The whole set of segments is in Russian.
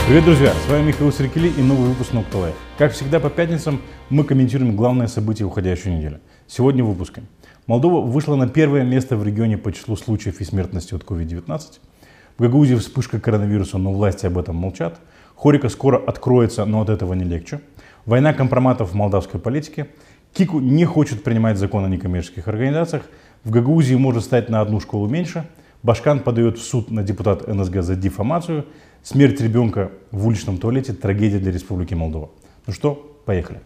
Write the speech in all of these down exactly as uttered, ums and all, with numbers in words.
Привет, друзья! С вами Михаил Серкели и новый выпуск Nokta Life. Как всегда, по пятницам мы комментируем главные события уходящей недели. Сегодня в выпуске. Молдова вышла на первое место в регионе по числу случаев и смертности от ковид девятнадцать. В Гагаузии вспышка коронавируса, но власти об этом молчат. Хорика скоро откроется, но от этого не легче. Война компроматов в молдавской политике. Кику не хочет принимать закон о некоммерческих организациях. В Гагаузии может стать на одну школу меньше. Башкан подает в суд на депутата эн эс гэ за дефамацию. Смерть ребенка в уличном туалете – трагедия для Республики Молдова. Ну что, поехали.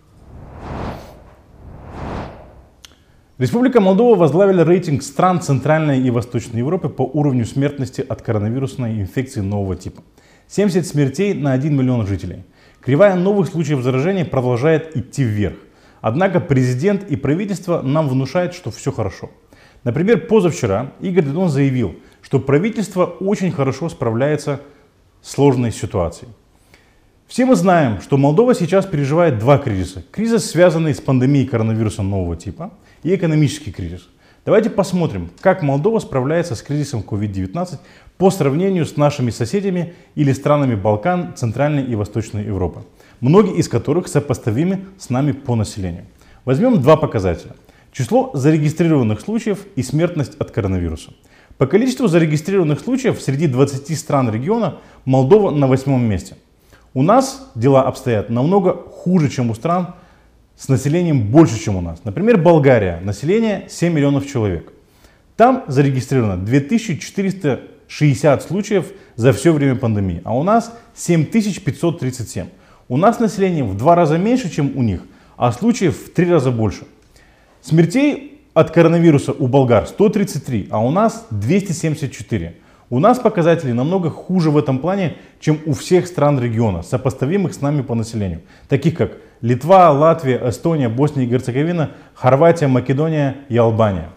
Республика Молдова возглавила рейтинг стран Центральной и Восточной Европы по уровню смертности от коронавирусной инфекции нового типа. семьдесят смертей на один миллион жителей. Кривая новых случаев заражения продолжает идти вверх. Однако президент и правительство нам внушают, что все хорошо. Например, позавчера Игорь Додон заявил, что правительство очень хорошо справляется с сложной ситуацией. Все мы знаем, что Молдова сейчас переживает два кризиса. Кризис, связанный с пандемией коронавируса нового типа, и экономический кризис. Давайте посмотрим, как Молдова справляется с кризисом ковид девятнадцать по сравнению с нашими соседями или странами Балкан, Центральной и Восточной Европы, многие из которых сопоставимы с нами по населению. Возьмем два показателя. Число зарегистрированных случаев и смертность от коронавируса. По количеству зарегистрированных случаев среди двадцати стран региона Молдова на восьмом месте. У нас дела обстоят намного хуже, чем у стран с населением больше, чем у нас. Например, Болгария. Население семь миллионов человек. Там зарегистрировано две тысячи четыреста шестьдесят случаев за все время пандемии, а у нас семь тысяч пятьсот тридцать семь. У нас население в два раза меньше, чем у них, а случаев в три раза больше. Смертей от коронавируса у болгар сто тридцать три, а у нас двести семьдесят четыре. У нас показатели намного хуже в этом плане, чем у всех стран региона, сопоставимых с нами по населению, таких как Литва, Латвия, Эстония, Босния и Герцеговина, Хорватия, Македония и Албания.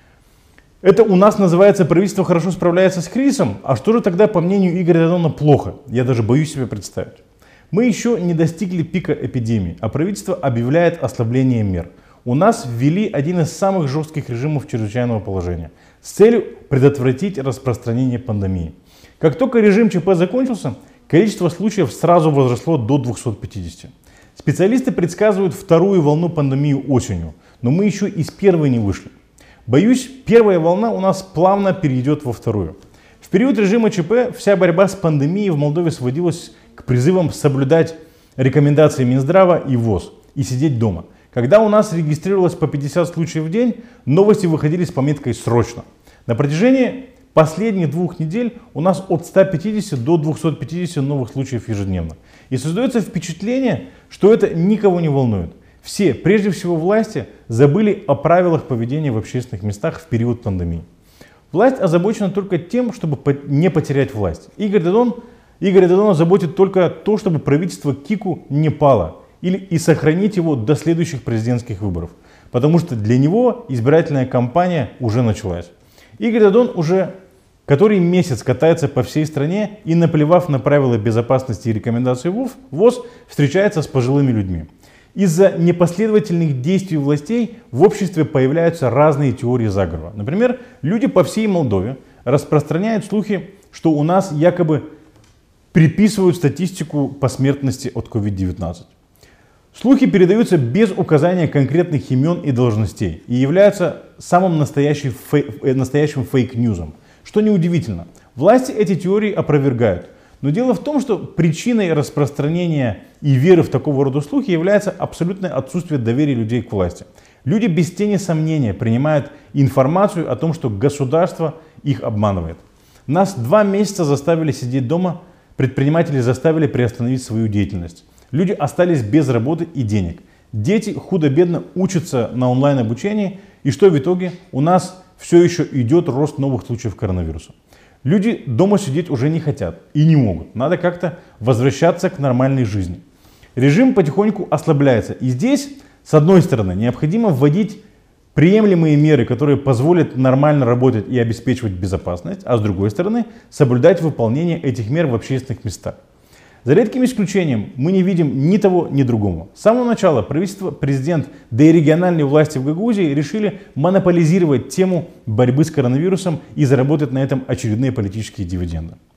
Это у нас называется правительство хорошо справляется с кризисом, а что же тогда, по мнению Игоря Додона, плохо? Я даже боюсь себе представить. Мы еще не достигли пика эпидемии, а правительство объявляет ослабление мер. У нас ввели один из самых жестких режимов чрезвычайного положения с целью предотвратить распространение пандемии. Как только режим ЧП закончился, количество случаев сразу возросло до двухсот пятидесяти. Специалисты предсказывают вторую волну пандемии осенью, но мы еще из первой не вышли. Боюсь, первая волна у нас плавно перейдет во вторую. В период режима ЧП вся борьба с пандемией в Молдове сводилась к призывам соблюдать рекомендации Минздрава и ВОЗ и сидеть дома. Когда у нас регистрировалось по пятьдесят случаев в день, новости выходили с пометкой «Срочно». На протяжении последних двух недель у нас от ста пятидесяти до двухсот пятидесяти новых случаев ежедневно. И создается впечатление, что это никого не волнует. Все, прежде всего власти, забыли о правилах поведения в общественных местах в период пандемии. Власть озабочена только тем, чтобы не потерять власть. Игорь Додон, Игорь Додона заботит только то, чтобы правительство Кику не пало. Или и сохранить его до следующих президентских выборов. Потому что для него избирательная кампания уже началась. Игорь Додон уже который месяц катается по всей стране и, наплевав на правила безопасности и рекомендации ВОЗ, встречается с пожилыми людьми. Из-за непоследовательных действий властей в обществе появляются разные теории заговора. Например, люди по всей Молдове распространяют слухи, что у нас якобы приписывают статистику по смертности от ковид девятнадцать. Слухи передаются без указания конкретных имен и должностей и являются самым настоящим, фей, настоящим фейк-ньюсом. Что неудивительно, власти эти теории опровергают. Но дело в том, что причиной распространения и веры в такого рода слухи является абсолютное отсутствие доверия людей к власти. Люди без тени сомнения принимают информацию о том, что государство их обманывает. Нас два месяца заставили сидеть дома, предприниматели заставили приостановить свою деятельность. Люди остались без работы и денег. Дети худо-бедно учатся на онлайн-обучении. И что в итоге? У нас все еще идет рост новых случаев коронавируса. Люди дома сидеть уже не хотят и не могут. Надо как-то возвращаться к нормальной жизни. Режим потихоньку ослабляется. И здесь, с одной стороны, необходимо вводить приемлемые меры, которые позволят нормально работать и обеспечивать безопасность. А с другой стороны, соблюдать выполнение этих мер в общественных местах. За редким исключением мы не видим ни того, ни другого. С самого начала правительство, президент, да и региональные власти в Гагаузии решили монополизировать тему борьбы с коронавирусом и заработать на этом очередные политические дивиденды.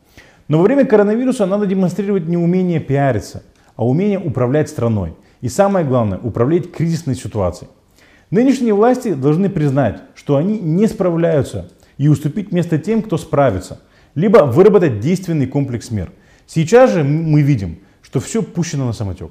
Но во время коронавируса надо демонстрировать не умение пиариться, а умение управлять страной. И самое главное, управлять кризисной ситуацией. Нынешние власти должны признать, что они не справляются, и уступить место тем, кто справится, либо выработать действенный комплекс мер. Сейчас же мы видим, что все пущено на самотек.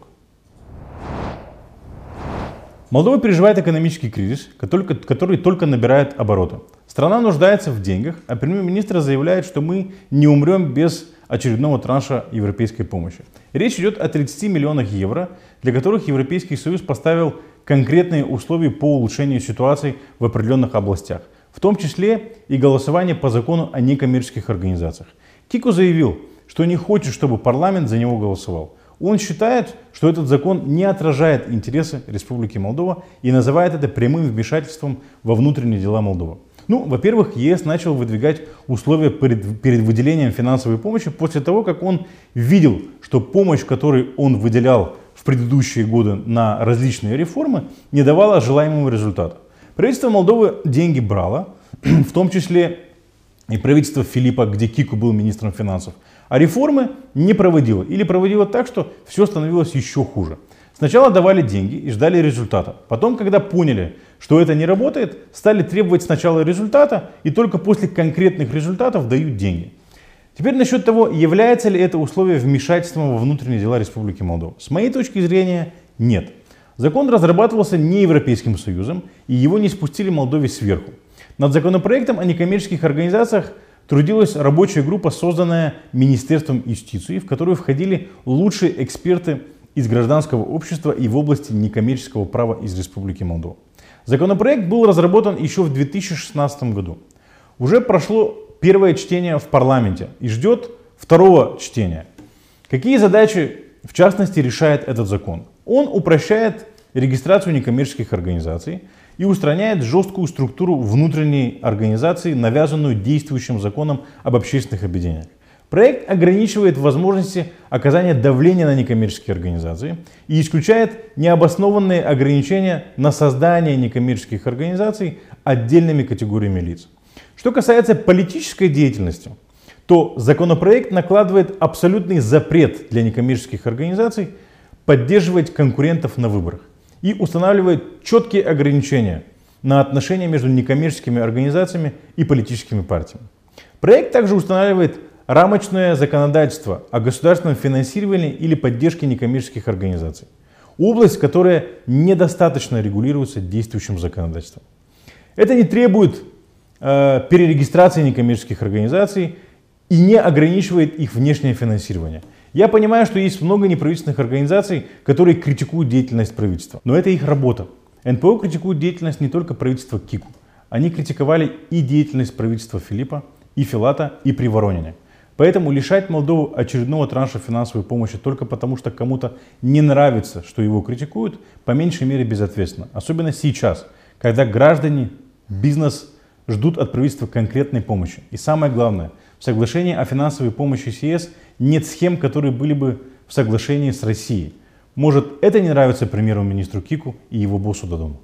Молдова переживает экономический кризис, который, который только набирает обороты. Страна нуждается в деньгах, а премьер-министр заявляет, что мы не умрем без очередного транша европейской помощи. Речь идет о тридцати миллионах евро, для которых Европейский Союз поставил конкретные условия по улучшению ситуации в определенных областях, в том числе и голосование по закону о некоммерческих организациях. Кику заявил, что не хочет, чтобы парламент за него голосовал. Он считает, что этот закон не отражает интересы Республики Молдова и называет это прямым вмешательством во внутренние дела Молдовы. Ну, во-первых, ЕС начал выдвигать условия перед, перед выделением финансовой помощи после того, как он видел, что помощь, которую он выделял в предыдущие годы на различные реформы, не давала желаемого результата. Правительство Молдовы деньги брало, в том числе и правительство Филиппа, где Кику был министром финансов, а реформы не проводило или проводило так, что все становилось еще хуже. Сначала давали деньги и ждали результата. Потом, когда поняли, что это не работает, стали требовать сначала результата и только после конкретных результатов дают деньги. Теперь насчет того, является ли это условие вмешательством во внутренние дела Республики Молдова. С моей точки зрения, нет. Закон разрабатывался не Европейским Союзом, и его не спустили Молдове сверху. Над законопроектом о некоммерческих организациях трудилась рабочая группа, созданная Министерством юстиции, в которую входили лучшие эксперты из гражданского общества и в области некоммерческого права из Республики Молдова. Законопроект был разработан еще в две тысячи шестнадцатом году. Уже прошло первое чтение в парламенте и ждет второго чтения. Какие задачи, в частности, решает этот закон? Он упрощает регистрацию некоммерческих организаций и устраняет жесткую структуру внутренней организации, навязанную действующим законом об общественных объединениях. Проект ограничивает возможности оказания давления на некоммерческие организации и исключает необоснованные ограничения на создание некоммерческих организаций отдельными категориями лиц. Что касается политической деятельности, то законопроект накладывает абсолютный запрет для некоммерческих организаций поддерживать конкурентов на выборах и устанавливает четкие ограничения на отношения между некоммерческими организациями и политическими партиями. Проект также устанавливает рамочное законодательство о государственном финансировании или поддержке некоммерческих организаций. Область, которая недостаточно регулируется действующим законодательством. Это не требует э, перерегистрации некоммерческих организаций и не ограничивает их внешнее финансирование. Я понимаю, что есть много неправительственных организаций, которые критикуют деятельность правительства, но это их работа. эн пэ о критикует деятельность не только правительства Кику. Они критиковали и деятельность правительства Филиппа, и Филата, и при Воронине. Поэтому лишать Молдову очередного транша финансовой помощи только потому, что кому-то не нравится, что его критикуют, по меньшей мере безответственно. Особенно сейчас, когда граждане, бизнес ждут от правительства конкретной помощи. И самое главное, в соглашении о финансовой помощи с ЕС нет схем, которые были бы в соглашении с Россией. Может, это не нравится премьер-министру Кику и его боссу Додону.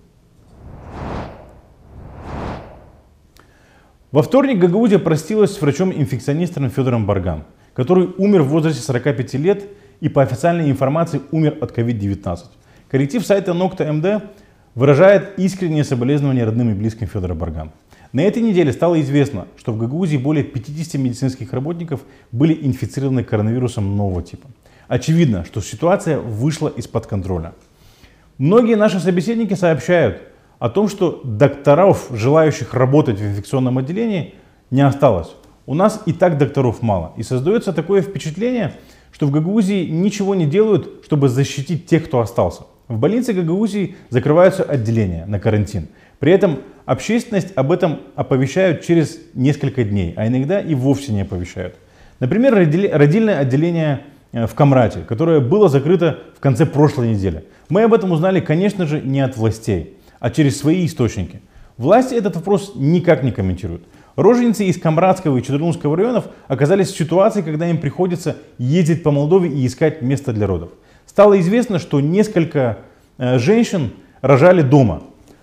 Во вторник Гагаузия простилась с врачом-инфекционистом Федором Барган, который умер в возрасте сорока пяти лет и по официальной информации умер от ковид девятнадцать. Коллектив сайта Нокта эм дэ выражает искреннее соболезнования родным и близким Федора Барган. На этой неделе стало известно, что в Гагаузии более пятидесяти медицинских работников были инфицированы коронавирусом нового типа. Очевидно, что ситуация вышла из-под контроля. Многие наши собеседники сообщают о том, что докторов, желающих работать в инфекционном отделении, не осталось. У нас и так докторов мало. И создается такое впечатление, что в Гагаузии ничего не делают, чтобы защитить тех, кто остался. В больнице Гагаузии закрываются отделения на карантин. При этом общественность об этом оповещают через несколько дней, а иногда и вовсе не оповещают. Например, родильное отделение в Камрате, которое было закрыто в конце прошлой недели. Мы об этом узнали, конечно же, не от властей, а через свои источники. Власти этот вопрос никак не комментируют. Роженицы из Камрадского и Чедурунского районов оказались в ситуации, когда им приходится ездить по Молдове и искать место для родов. Стало известно, что несколько э, женщин рожали дома,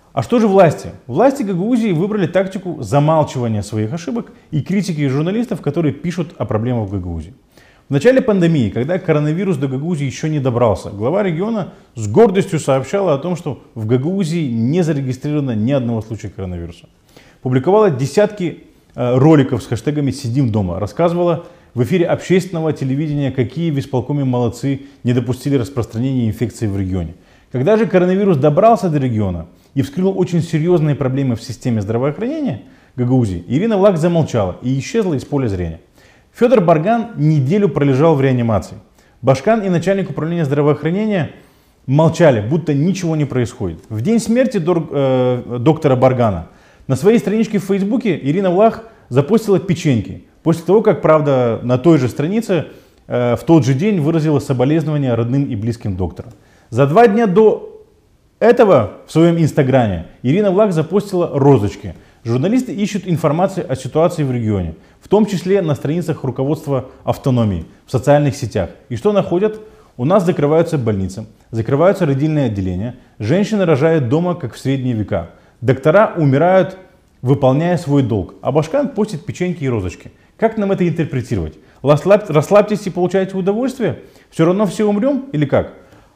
А что же власти? Власти Гагаузии выбрали тактику замалчивания своих ошибок и критики журналистов, которые пишут о проблемах в Гагаузии. В начале пандемии, когда коронавирус до Гагаузии еще не добрался, глава региона с гордостью сообщала о том, что в Гагаузии не зарегистрировано ни одного случая коронавируса. Публиковала десятки э, роликов с хэштегами «Сидим дома», рассказывала в эфире общественного телевидения, какие в исполкоме молодцы не допустили распространения инфекции в регионе. Когда же коронавирус добрался до региона и вскрыл очень серьезные проблемы в системе здравоохранения Гагаузии, Ирина Влах замолчала и исчезла из поля зрения. Федор Барган неделю пролежал в реанимации. Башкан и начальник управления здравоохранения молчали, будто ничего не происходит. В день смерти дор, э, доктора Баргана на своей страничке в Фейсбуке Ирина Влах запостила печеньки. После того, как, правда, на той же странице э, в тот же день выразила соболезнования родным и близким доктора. За два дня до этого в своем инстаграме Ирина Влах запостила розочки. Журналисты ищут информацию о ситуации в регионе, в том числе на страницах руководства автономии, в социальных сетях. И что находят? У нас закрываются больницы, закрываются родильные отделения, женщины рожают дома, как в средние века, доктора умирают, выполняя свой долг, а Башкан постит печеньки и розочки. Как нам это интерпретировать? Расслабьтесь и получайте удовольствие? Все равно все умрем или как?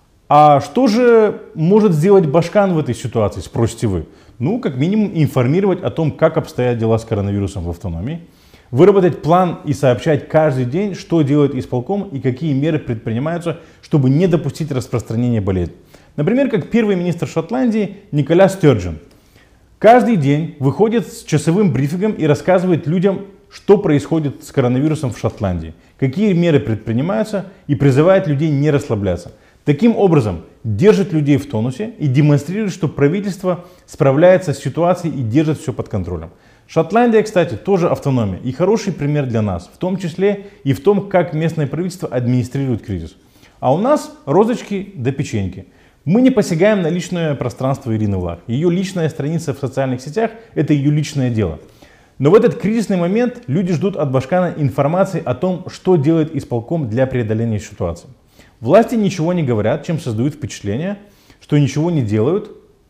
А что же может сделать Башкан в этой ситуации, спросите вы? Ну, как минимум, информировать о том, как обстоят дела с коронавирусом в автономии, выработать план и сообщать каждый день, что делает исполком и какие меры предпринимаются, чтобы не допустить распространения болезни. Например, как первый министр Шотландии Николя Стёрджен. Каждый день выходит с часовым брифингом и рассказывает людям, что происходит с коронавирусом в Шотландии, какие меры предпринимаются, и призывает людей не расслабляться. Таким образом, держит людей в тонусе и демонстрирует, что правительство справляется с ситуацией и держит все под контролем. Шотландия, кстати, тоже автономия и хороший пример для нас, в том числе и в том, как местное правительство администрирует кризис. А у нас розочки да печеньки. Мы не посягаем на личное пространство Ирины Влах. Ее личная страница в социальных сетях – это ее личное дело. Но в этот кризисный момент люди ждут от Башкана информации о том, что делает исполком для преодоления ситуации. Власти ничего не говорят, чем создают впечатление, что ничего не делают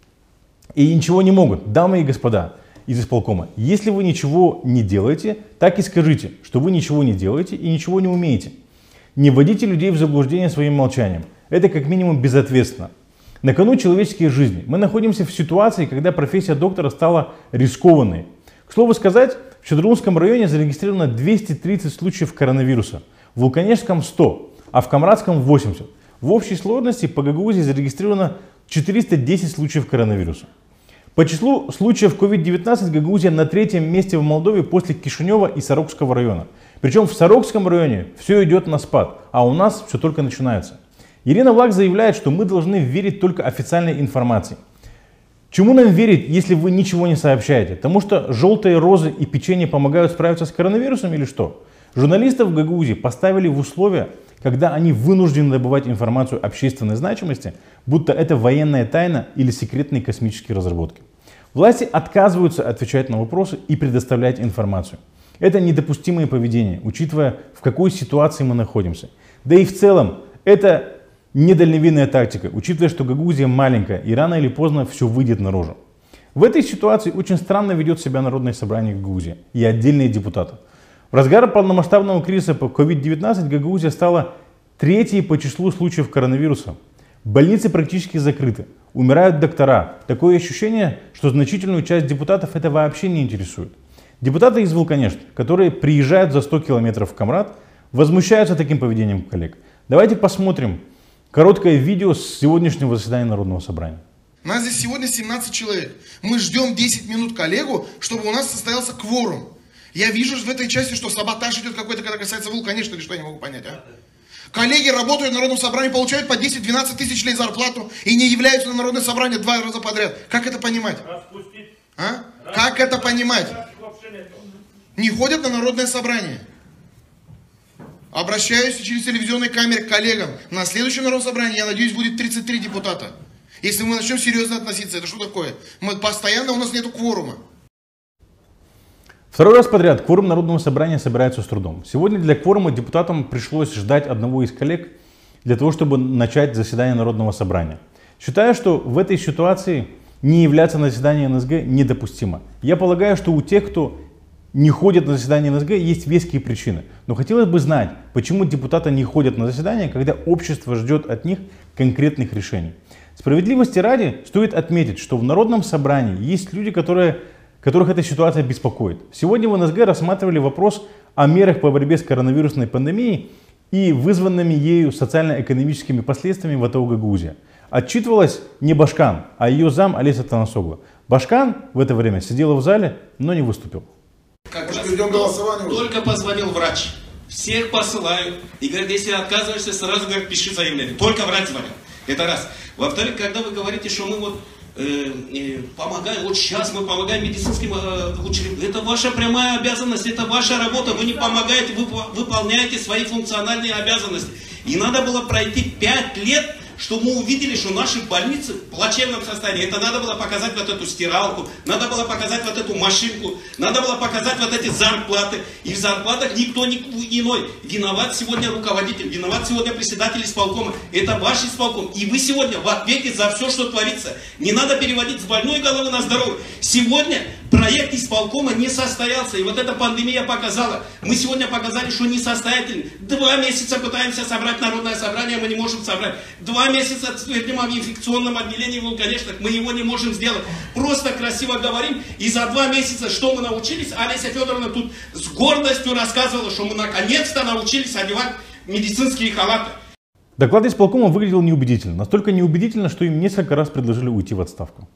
и ничего не могут. Дамы и господа из исполкома, если вы ничего не делаете, так и скажите, что вы ничего не делаете и ничего не умеете. Не вводите людей в заблуждение своим молчанием. Это как минимум безответственно. На кону человеческие жизни. Мы находимся в ситуации, когда профессия доктора стала рискованной. К слову сказать, в Чедрулском районе зарегистрировано двести тридцать случаев коронавируса, в Вулканежском сто, а в Камрадском восемьдесят. В общей сложности по Гагаузии зарегистрировано четыреста десять случаев коронавируса. По числу случаев ковид девятнадцать Гагаузия на третьем месте в Молдове после Кишинева и Сорокского района. Причем в Сорокском районе все идет на спад, а у нас все только начинается. Ирина Влах заявляет, что мы должны верить только официальной информации. Чему нам верить, если вы ничего не сообщаете? Потому что желтые розы и печенье помогают справиться с коронавирусом или что? Журналистов в Гагаузии поставили в условия, когда они вынуждены добывать информацию общественной значимости, будто это военная тайна или секретные космические разработки. Власти отказываются отвечать на вопросы и предоставлять информацию. Это недопустимое поведение, учитывая, в какой ситуации мы находимся. Да и в целом, это недальновидная тактика, учитывая, что Гагаузия маленькая и рано или поздно все выйдет наружу. В этой ситуации очень странно ведет себя Народное собрание Гагаузии и отдельные депутаты. В разгар полномасштабного кризиса по ковид девятнадцать Гагаузия стала третьей по числу случаев коронавируса. Больницы практически закрыты, умирают доктора. Такое ощущение, что значительную часть депутатов это вообще не интересует. Депутаты из Вулканежт, которые приезжают за сто километров в Камрад, возмущаются таким поведением коллег. Давайте посмотрим короткое видео с сегодняшнего заседания Народного собрания. У нас здесь сегодня семнадцать человек. Мы ждем десять минут коллегу, чтобы у нас состоялся кворум. Я вижу в этой части, что саботаж идет какой-то, когда касается Вулканежта, или что, я не могу понять, а? Коллеги работают в Народном собрании, получают по десять-двенадцать тысяч лей зарплату и не являются на Народное собрание два раза подряд. Как это понимать? А? Как это понимать? Не ходят на Народное собрание. Обращаюсь через телевизионные камеры к коллегам. На следующем Народном собрании, я надеюсь, будет тридцать три депутата. Если мы начнем серьезно относиться, это что такое? Мы постоянно, у нас нету кворума. Второй раз подряд кворум Народного собрания собирается с трудом. Сегодня для кворума депутатам пришлось ждать одного из коллег для того, чтобы начать заседание Народного собрания. Считаю, что в этой ситуации не являться на заседание эн эс гэ недопустимо. Я полагаю, что у тех, кто не ходят на заседание эн эс гэ, есть веские причины. Но хотелось бы знать, почему депутаты не ходят на заседания, когда общество ждет от них конкретных решений. Справедливости ради стоит отметить, что в Народном собрании есть люди, которые, которых эта ситуация беспокоит. Сегодня в эн эс гэ рассматривали вопрос о мерах по борьбе с коронавирусной пандемией и вызванными ею социально-экономическими последствиями в АТО Гагаузия. Отчитывалась не Башкан, а ее зам Олеся Танасоглу. Башкан в это время сидела в зале, но не выступил. Как раз только позвонил врач. Всех посылают. И говорит, если отказываешься, сразу говорит, пиши заявление. Только врач звонил. Это раз. Во-вторых, когда вы говорите, что мы вот э, э, помогаем, вот сейчас мы помогаем медицинским э, учреждениям, это ваша прямая обязанность, это ваша работа. Вы не помогаете, вы выполняете свои функциональные обязанности. И надо было пройти пять лет, чтобы мы увидели, что наши больницы в плачевном состоянии. Это надо было показать вот эту стиралку, надо было показать вот эту машинку, надо было показать вот эти зарплаты. И в зарплатах никто не иной. Виноват сегодня руководитель, виноват сегодня председатель исполкома. Это ваш исполком. И вы сегодня в ответе за все, что творится. Не надо переводить с больной головы на здоровую. Сегодня проект исполкома не состоялся. И вот эта пандемия показала. Мы сегодня показали, что несостоятельны. Два месяца пытаемся собрать народное собрание, мы не можем собрать. Два месяца твердим об инфекционном отделении в Луканешных, мы его не можем сделать. Просто красиво говорим. И за два месяца что мы научились? Олеся Федоровна тут с гордостью рассказывала, что мы наконец-то научились одевать медицинские халаты. Доклад исполкома выглядел неубедительно. Настолько неубедительно, что им несколько раз предложили уйти в отставку.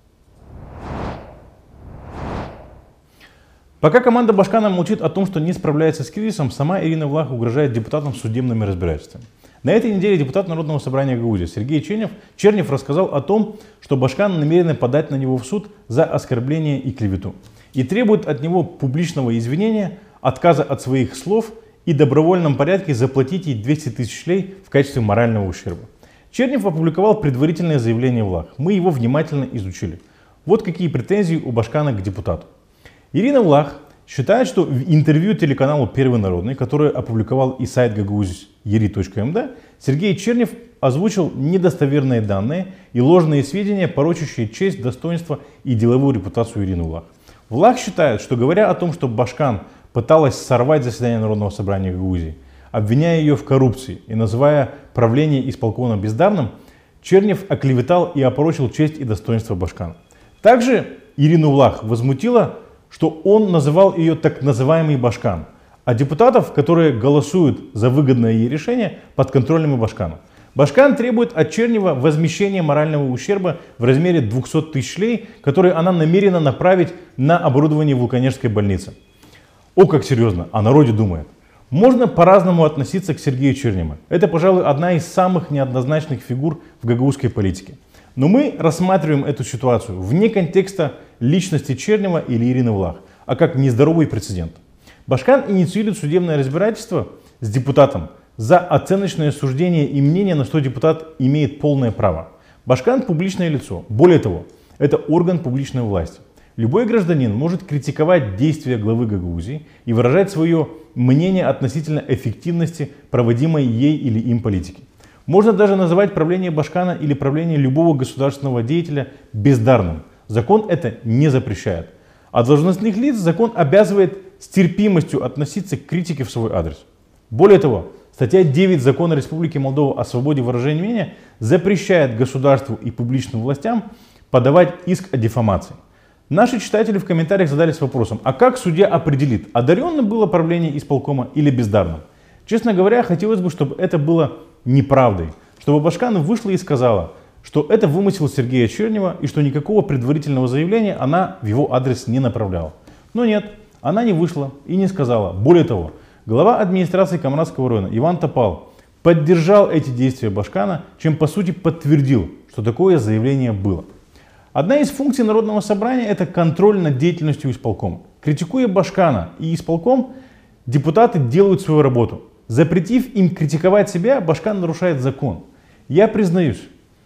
Пока команда Башкана молчит о том, что не справляется с кризисом, сама Ирина Влах угрожает депутатам судебными разбирательствами. На этой неделе депутат Народного собрания Гагаузии Сергей Чернев, Чернев рассказал о том, что Башкан намерен подать на него в суд за оскорбление и клевету. И требует от него публичного извинения, отказа от своих слов и в добровольном порядке заплатить ей двести тысяч лей в качестве морального ущерба. Чернев опубликовал предварительное заявление Влах. Мы его внимательно изучили. Вот какие претензии у Башкана к депутату. Ирина Влах считает, что в интервью телеканалу Первый народный, который опубликовал и сайт гагаузис ери точка эм дэ, Сергей Чернев озвучил недостоверные данные и ложные сведения, порочащие честь, достоинство и деловую репутацию Ирины Влах. Влах считает, что говоря о том, что Башкан пыталась сорвать заседание Народного собрания Гагаузии, обвиняя ее в коррупции и называя правление исполкома бездарным, Чернев оклеветал и опорочил честь и достоинство Башкана. Также Ирину Влах возмутило, что он называл ее так называемый Башкан, а депутатов, которые голосуют за выгодное ей решение, подконтрольными Башкану. Башкан требует от Чернева возмещения морального ущерба в размере двухсот тысяч лей, которые она намерена направить на оборудование Вулканежской больницы. О, как серьезно, о народе думает. Можно по-разному относиться к Сергею Черневу. Это, пожалуй, одна из самых неоднозначных фигур в гагаузской политике. Но мы рассматриваем эту ситуацию вне контекста личности Чернева или Ирины Влах, а как нездоровый прецедент. Башкан инициирует судебное разбирательство с депутатом за оценочное суждение и мнение, на что депутат имеет полное право. Башкан – публичное лицо. Более того, это орган публичной власти. Любой гражданин может критиковать действия главы Гагаузии и выражать свое мнение относительно эффективности проводимой ей или им политики. Можно даже называть правление Башкана или правление любого государственного деятеля бездарным. Закон это не запрещает. А должностных лиц закон обязывает с терпимостью относиться к критике в свой адрес. Более того, статья девять Закона Республики Молдова о свободе выражения мнения запрещает государству и публичным властям подавать иск о дефамации. Наши читатели в комментариях задались вопросом, а как судья определит, одаренным было правление исполкома или бездарным? Честно говоря, хотелось бы, чтобы это было неправдой, чтобы Башкан вышла и сказала, что это вымысел Сергея Чернева и что никакого предварительного заявления она в его адрес не направляла. Но нет, она не вышла и не сказала. Более того, глава администрации Камрадского района Иван Топал поддержал эти действия Башкана, чем по сути подтвердил, что такое заявление было. Одна из функций Народного собрания – это контроль над деятельностью исполкома. Критикуя Башкана и исполком, депутаты делают свою работу. Запретив им критиковать себя, Башкан нарушает закон. Я признаюсь,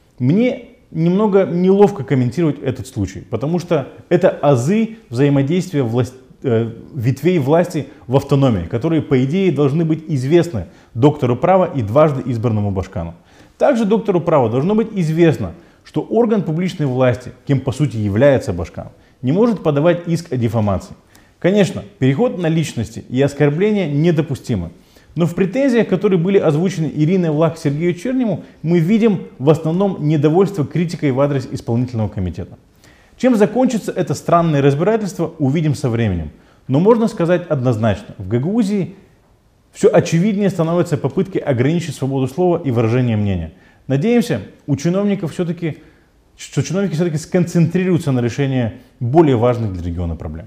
мне немного неловко комментировать этот случай, потому что это азы взаимодействия власть, э, ветвей власти в автономии, которые, по идее, должны быть известны доктору права и дважды избранному Башкану. Также доктору права должно быть известно, что орган публичной власти, кем по сути является Башкан, не может подавать иск о дефамации. Конечно, переход на личности и оскорбления недопустимы. Но в претензиях, которые были озвучены Ириной Влах Сергею Чернему, мы видим в основном недовольство критикой в адрес исполнительного комитета. Чем закончится это странное разбирательство, увидим со временем. Но можно сказать однозначно, в Гагаузии все очевиднее становятся попытки ограничить свободу слова и выражения мнения. Надеемся, у чиновников все-таки, что чиновники все-таки сконцентрируются на решении более важных для региона проблем.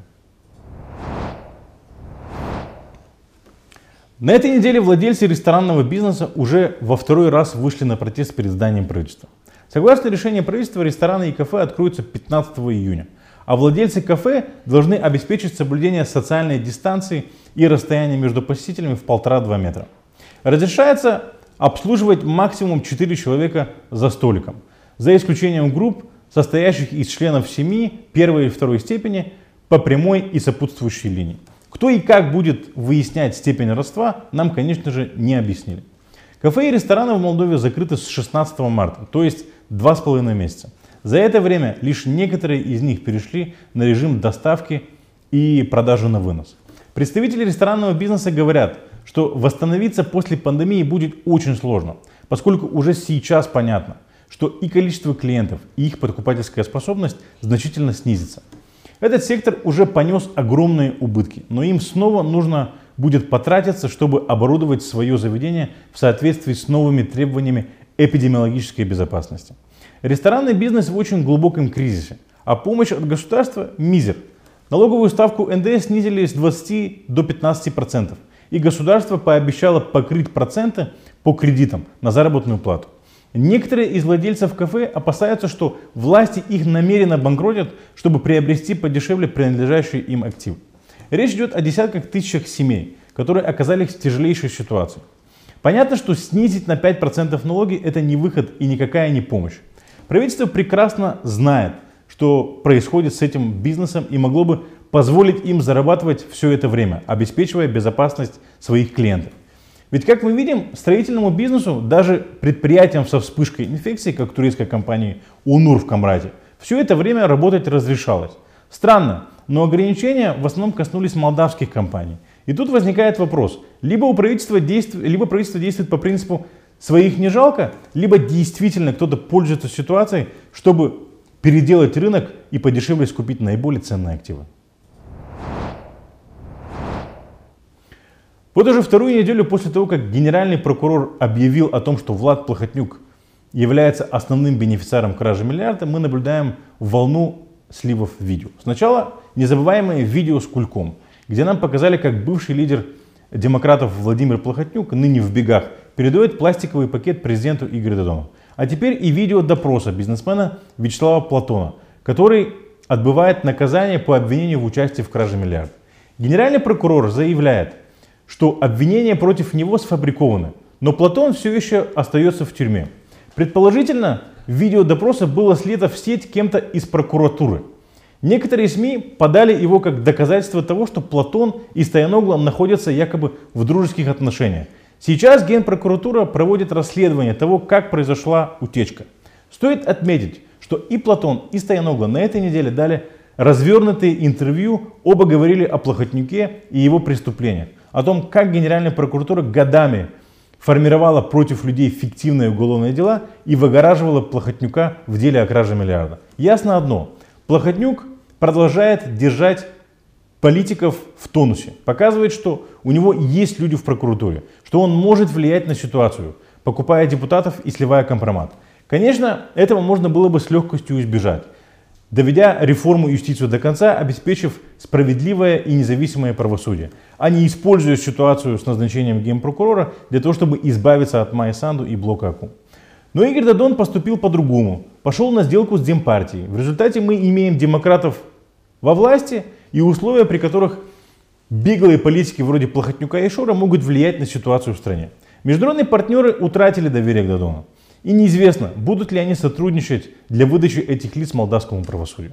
На этой неделе владельцы ресторанного бизнеса уже во второй раз вышли на протест перед зданием правительства. Согласно решению правительства, рестораны и кафе откроются пятнадцатого июня, а владельцы кафе должны обеспечить соблюдение социальной дистанции и расстояния между посетителями в полтора-два метра. Разрешается обслуживать максимум четыре человека за столиком, за исключением групп, состоящих из членов семьи первой и второй степени по прямой и сопутствующей линии. Кто и как будет выяснять степень родства, нам, конечно же, не объяснили. Кафе и рестораны в Молдове закрыты с шестнадцатого марта, то есть два с половиной месяца. За это время лишь некоторые из них перешли на режим доставки и продажи на вынос. Представители ресторанного бизнеса говорят, что восстановиться после пандемии будет очень сложно, поскольку уже сейчас понятно, что и количество клиентов, и их покупательская способность значительно снизится. Этот сектор уже понес огромные убытки, но им снова нужно будет потратиться, чтобы оборудовать свое заведение в соответствии с новыми требованиями эпидемиологической безопасности. Ресторанный бизнес в очень глубоком кризисе, а помощь от государства – мизер. Налоговую ставку эн дэ эс снизили с двадцати до пятнадцати процентов, и государство пообещало покрыть проценты по кредитам на заработную плату. Некоторые из владельцев кафе опасаются, что власти их намеренно банкротят, чтобы приобрести подешевле принадлежащий им актив. Речь идет о десятках тысячах семей, которые оказались в тяжелейшей ситуации. Понятно, что снизить на пять процентов налоги – это не выход и никакая не помощь. Правительство прекрасно знает, что происходит с этим бизнесом и могло бы позволить им зарабатывать все это время, обеспечивая безопасность своих клиентов. Ведь, как мы видим, строительному бизнесу, даже предприятиям со вспышкой инфекции, как турецкой компании УНУР в Камрате, все это время работать разрешалось. Странно, но ограничения в основном коснулись молдавских компаний. И тут возникает вопрос, либо, у правительства действует, либо правительство действует по принципу «своих не жалко», либо действительно кто-то пользуется ситуацией, чтобы переделать рынок и подешевле скупить наиболее ценные активы. Вот уже вторую неделю после того, как генеральный прокурор объявил о том, что Влад Плохотнюк является основным бенефициаром кражи миллиарда, мы наблюдаем волну сливов видео. Сначала незабываемое видео с Кульком, где нам показали, как бывший лидер демократов Владимир Плохотнюк, ныне в бегах, передает пластиковый пакет президенту Игорю Додону. А теперь и видео допроса бизнесмена Вячеслава Платона, который отбывает наказание по обвинению в участии в краже миллиарда. Генеральный прокурор заявляет, что обвинения против него сфабрикованы, но Платон все еще остается в тюрьме. Предположительно, видео допроса было слито в сеть кем-то из прокуратуры. Некоторые СМИ подали его как доказательство того, что Платон и Стояногло находятся якобы в дружеских отношениях. Сейчас Генпрокуратура проводит расследование того, как произошла утечка. Стоит отметить, что и Платон, и Стояногло на этой неделе дали развернутые интервью, оба говорили о Плохотнюке и его преступлениях, о том, как Генеральная прокуратура годами формировала против людей фиктивные уголовные дела и выгораживала Плохотнюка в деле о краже миллиарда. Ясно одно, Плохотнюк продолжает держать политиков в тонусе, показывает, что у него есть люди в прокуратуре, что он может влиять на ситуацию, покупая депутатов и сливая компромат. Конечно, этого можно было бы с легкостью избежать, доведя реформу юстиции до конца, обеспечив справедливое и независимое правосудие, а не используя ситуацию с назначением генпрокурора для того, чтобы избавиться от Майи Санду и блока АКУ. Но Игорь Додон поступил по-другому, пошел на сделку с Демпартией. В результате мы имеем демократов во власти и условия, при которых беглые политики вроде Плохотнюка и Шора могут влиять на ситуацию в стране. Международные партнеры утратили доверие к Додону. И неизвестно, будут ли они сотрудничать для выдачи этих лиц молдавскому правосудию.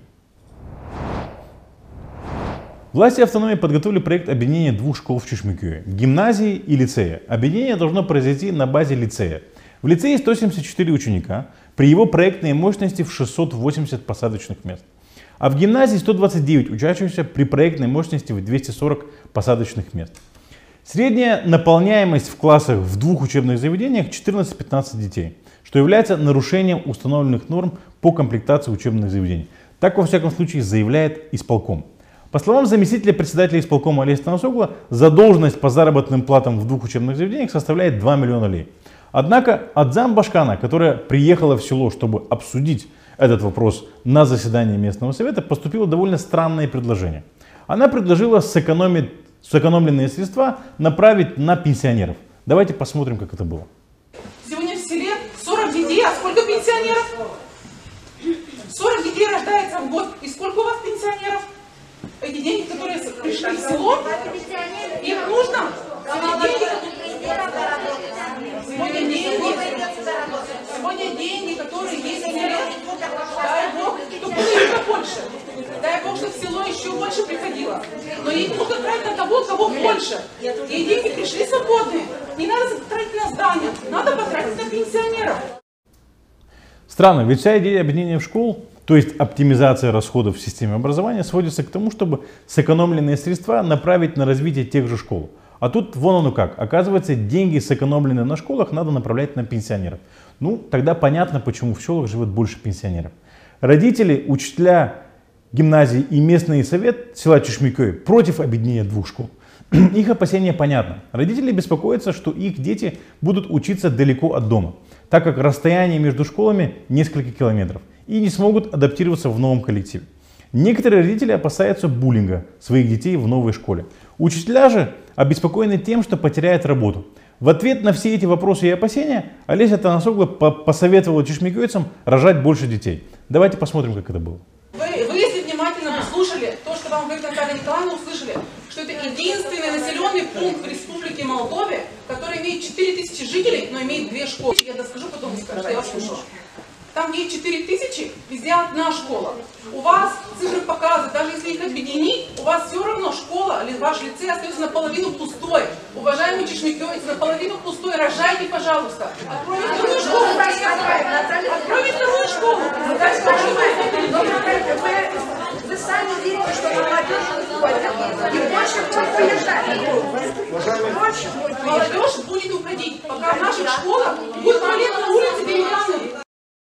Власти автономии подготовили проект объединения двух школ в Чешмекюе – гимназии и лицея. Объединение должно произойти на базе лицея. В лицее сто семьдесят четыре ученика, при его проектной мощности в шестьсот восемьдесят посадочных мест. А в гимназии сто двадцать девять учащихся при проектной мощности в двести сорок посадочных мест. Средняя наполняемость в классах в двух учебных заведениях четырнадцать-пятнадцать детей, что является нарушением установленных норм по комплектации учебных заведений. Так, во всяком случае, заявляет исполком. По словам заместителя председателя исполкома Олеся Танасоглу, задолженность по заработным платам в двух учебных заведениях составляет два миллиона лей. Однако от замбашкана, которая приехала в село, чтобы обсудить этот вопрос на заседании местного совета, поступило довольно странное предложение. Она предложила сэкономить сэкономленные средства направить на пенсионеров. Давайте посмотрим, как это было. Сегодня в селе сорок детей, а сколько пенсионеров? сорок детей рождается в год. И сколько у вас пенсионеров? Эти деньги, которые пришли в село, их нужно? Сегодня деньги, сегодня деньги, которые есть в селе, дай Бог, чтобы было еще больше. Дай Бог, чтобы в село еще больше приходило. Но их нужно тратить на того, кого больше. И деньги пришли свободные. Не надо тратить на здание, надо потратить на пенсионеров. Странно, ведь вся идея объединения школ, то есть оптимизация расходов в системе образования, сводится к тому, чтобы сэкономленные средства направить на развитие тех же школ. А тут вон оно как. Оказывается, деньги, сэкономленные на школах, надо направлять на пенсионеров. Ну, тогда понятно, почему в селах живет больше пенсионеров. Родители, учителя гимназии и местный совет села Чешмякёй против объединения двух школ. Их опасения понятны. Родители беспокоятся, что их дети будут учиться далеко от дома, так как расстояние между школами несколько километров, и не смогут адаптироваться в новом коллективе. Некоторые родители опасаются буллинга своих детей в новой школе. Учителя же обеспокоены тем, что потеряют работу. В ответ на все эти вопросы и опасения Олеся Танасоглу посоветовала чешмякёйцам рожать больше детей. Давайте посмотрим, как это было. Вы, вы если внимательно послушали то, что вам говорит Наталья Николаевна, услышали, что это единственный населенный пункт в Республике Молдове, который имеет четыре тысячи жителей, но имеет две школы. Я доскажу, потом вы скажете, я слушала. Там, где четыре тысячи, везде одна школа. У вас цифры показывают, даже если их объединить, у вас все равно школа, ваш лицей остается наполовину пустой. Уважаемые чешмякёйцы, наполовину пустой, рожайте, пожалуйста. Откройте вторую школу. Откройте вторую школу. Вы сами видите, что молодежь уходит. И больше будет приезжать. Молодежь будет уходить, пока в наших школах будет туалет на улице деревянный.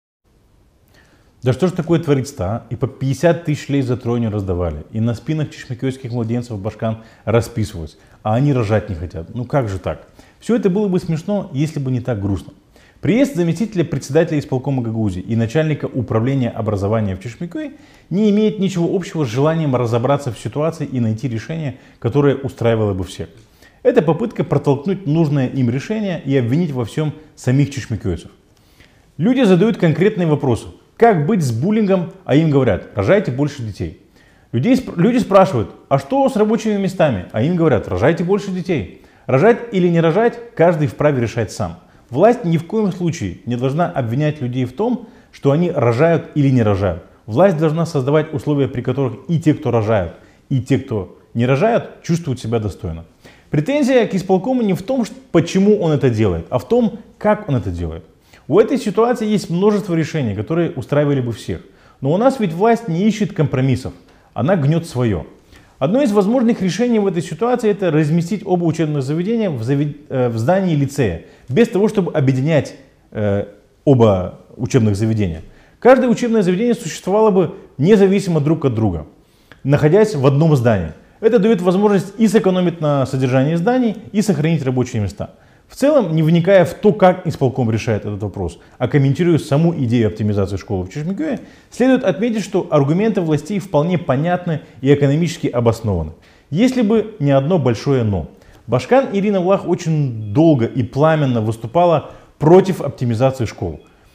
Да что ж такое творится-то, а? И по пятьдесят тысяч лей за тройню раздавали. И на спинах чешмякёйских младенцев башкан расписывалось. А они рожать не хотят. Ну как же так? Все это было бы смешно, если бы не так грустно. Приезд заместителя председателя исполкома Гагаузии и начальника управления образования в Чешмякёе не имеет ничего общего с желанием разобраться в ситуации и найти решение, которое устраивало бы всех. Это попытка протолкнуть нужное им решение и обвинить во всем самих чешмякёйцев. Люди задают конкретные вопросы. Как быть с буллингом, а им говорят, рожайте больше детей. Людей, люди спрашивают, а что с рабочими местами, а им говорят, рожайте больше детей. Рожать или не рожать, каждый вправе решать сам. Власть ни в коем случае не должна обвинять людей в том, что они рожают или не рожают. Власть должна создавать условия, при которых и те, кто рожают, и те, кто не рожают, чувствуют себя достойно. Претензия к исполкому не в том, почему он это делает, а в том, как он это делает. У этой ситуации есть множество решений, которые устраивали бы всех. Но у нас ведь власть не ищет компромиссов, она гнет свое. Одно из возможных решений в этой ситуации — это разместить оба учебных заведения в, завед... в здании лицея, без того, чтобы объединять э, оба учебных заведения. Каждое учебное заведение существовало бы независимо друг от друга, находясь в одном здании. Это дает возможность и сэкономить на содержании зданий, и сохранить рабочие места. В целом, не вникая в то, как исполком решает этот вопрос, а комментируя саму идею оптимизации школы в Чешмякёе, следует отметить, что аргументы властей вполне понятны и экономически обоснованы. Если бы не одно большое «но». Башкан Ирина Влах очень долго и пламенно выступала против оптимизации школ.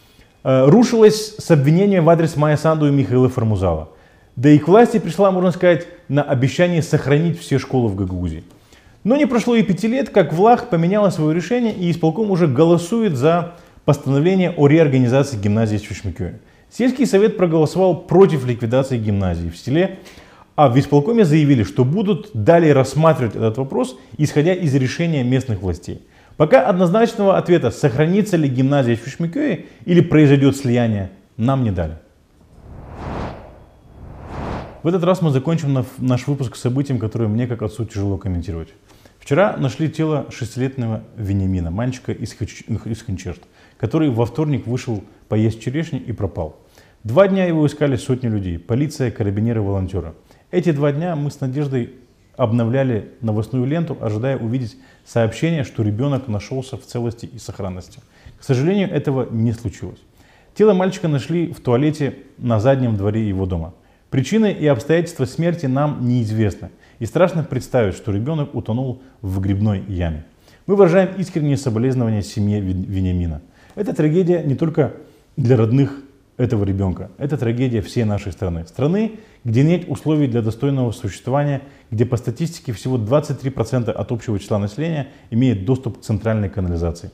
Рушилась с обвинением в адрес Майя Санду и Михаила Формузала. Да и к власти пришла, можно сказать, на обещание сохранить все школы в Гагаузии. Но не прошло и пяти лет, как Влах поменяла свое решение, и исполком уже голосует за постановление о реорганизации гимназии в Чешмякёе. Сельский совет проголосовал против ликвидации гимназии в селе, а в исполкоме заявили, что будут далее рассматривать этот вопрос, исходя из решения местных властей. Пока однозначного ответа, сохранится ли гимназия в Шишмекёе или произойдет слияние, нам не дали. В этот раз мы закончим наш выпуск событием, которое мне как отцу тяжело комментировать. Вчера нашли тело шестилетнего Вениамина, мальчика из, Хач... из Ханчерт, который во вторник вышел поесть черешни и пропал. Два дня его искали сотни людей, полиция, карабинеры, волонтеры. Эти два дня мы с Надеждой обновляли новостную ленту, ожидая увидеть сообщение, что ребенок нашелся в целости и сохранности. К сожалению, этого не случилось. Тело мальчика нашли в туалете на заднем дворе его дома. Причины и обстоятельства смерти нам неизвестны. И страшно представить, что ребенок утонул в выгребной яме. Мы выражаем искренние соболезнования семье Вениамина. Это трагедия не только для родных этого ребенка. Это трагедия всей нашей страны. Страны, где нет условий для достойного существования, где по статистике всего двадцать три процента от общего числа населения имеет доступ к центральной канализации.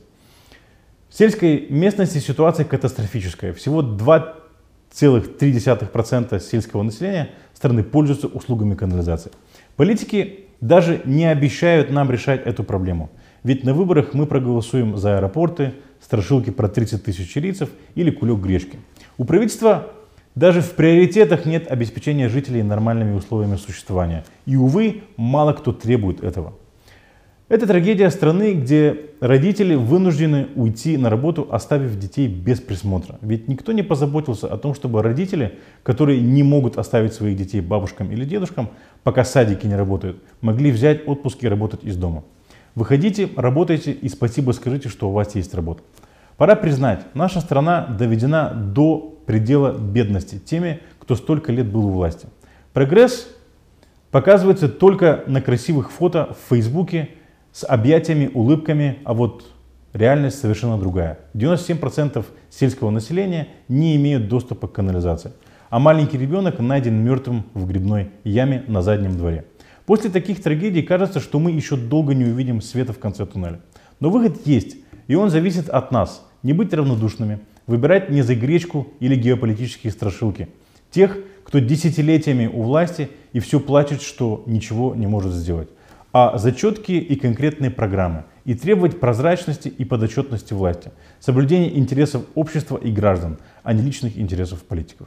В сельской местности ситуация катастрофическая. Всего два целых три десятых процента сельского населения страны пользуются услугами канализации. Политики даже не обещают нам решать эту проблему. Ведь на выборах мы проголосуем за аэропорты, страшилки про тридцать тысяч чирийцев или кулек гречки. У правительства даже в приоритетах нет обеспечения жителей нормальными условиями существования. И, увы, мало кто требует этого. Это трагедия страны, где родители вынуждены уйти на работу, оставив детей без присмотра. Ведь никто не позаботился о том, чтобы родители, которые не могут оставить своих детей бабушкам или дедушкам, пока садики не работают, могли взять отпуск и работать из дома. Выходите, работайте и спасибо скажите, что у вас есть работа. Пора признать, наша страна доведена до предела бедности теми, кто столько лет был у власти. Прогресс показывается только на красивых фото в Фейсбуке, с объятиями, улыбками, а вот реальность совершенно другая. девяносто семь процентов сельского населения не имеют доступа к канализации, а маленький ребенок найден мертвым в грибной яме на заднем дворе. После таких трагедий кажется, что мы еще долго не увидим света в конце туннеля. Но выход есть, и он зависит от нас. Не быть равнодушными, выбирать не за гречку или геополитические страшилки. Тех, кто десятилетиями у власти и все плачет, что ничего не может сделать. А за четкие и конкретные программы и требовать прозрачности и подотчетности власти, соблюдения интересов общества и граждан, а не личных интересов политиков.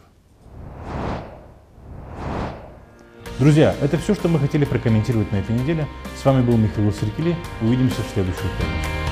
Друзья, это все, что мы хотели прокомментировать на этой неделе. С вами был Михаил Сыркили. Увидимся в следующих передачах.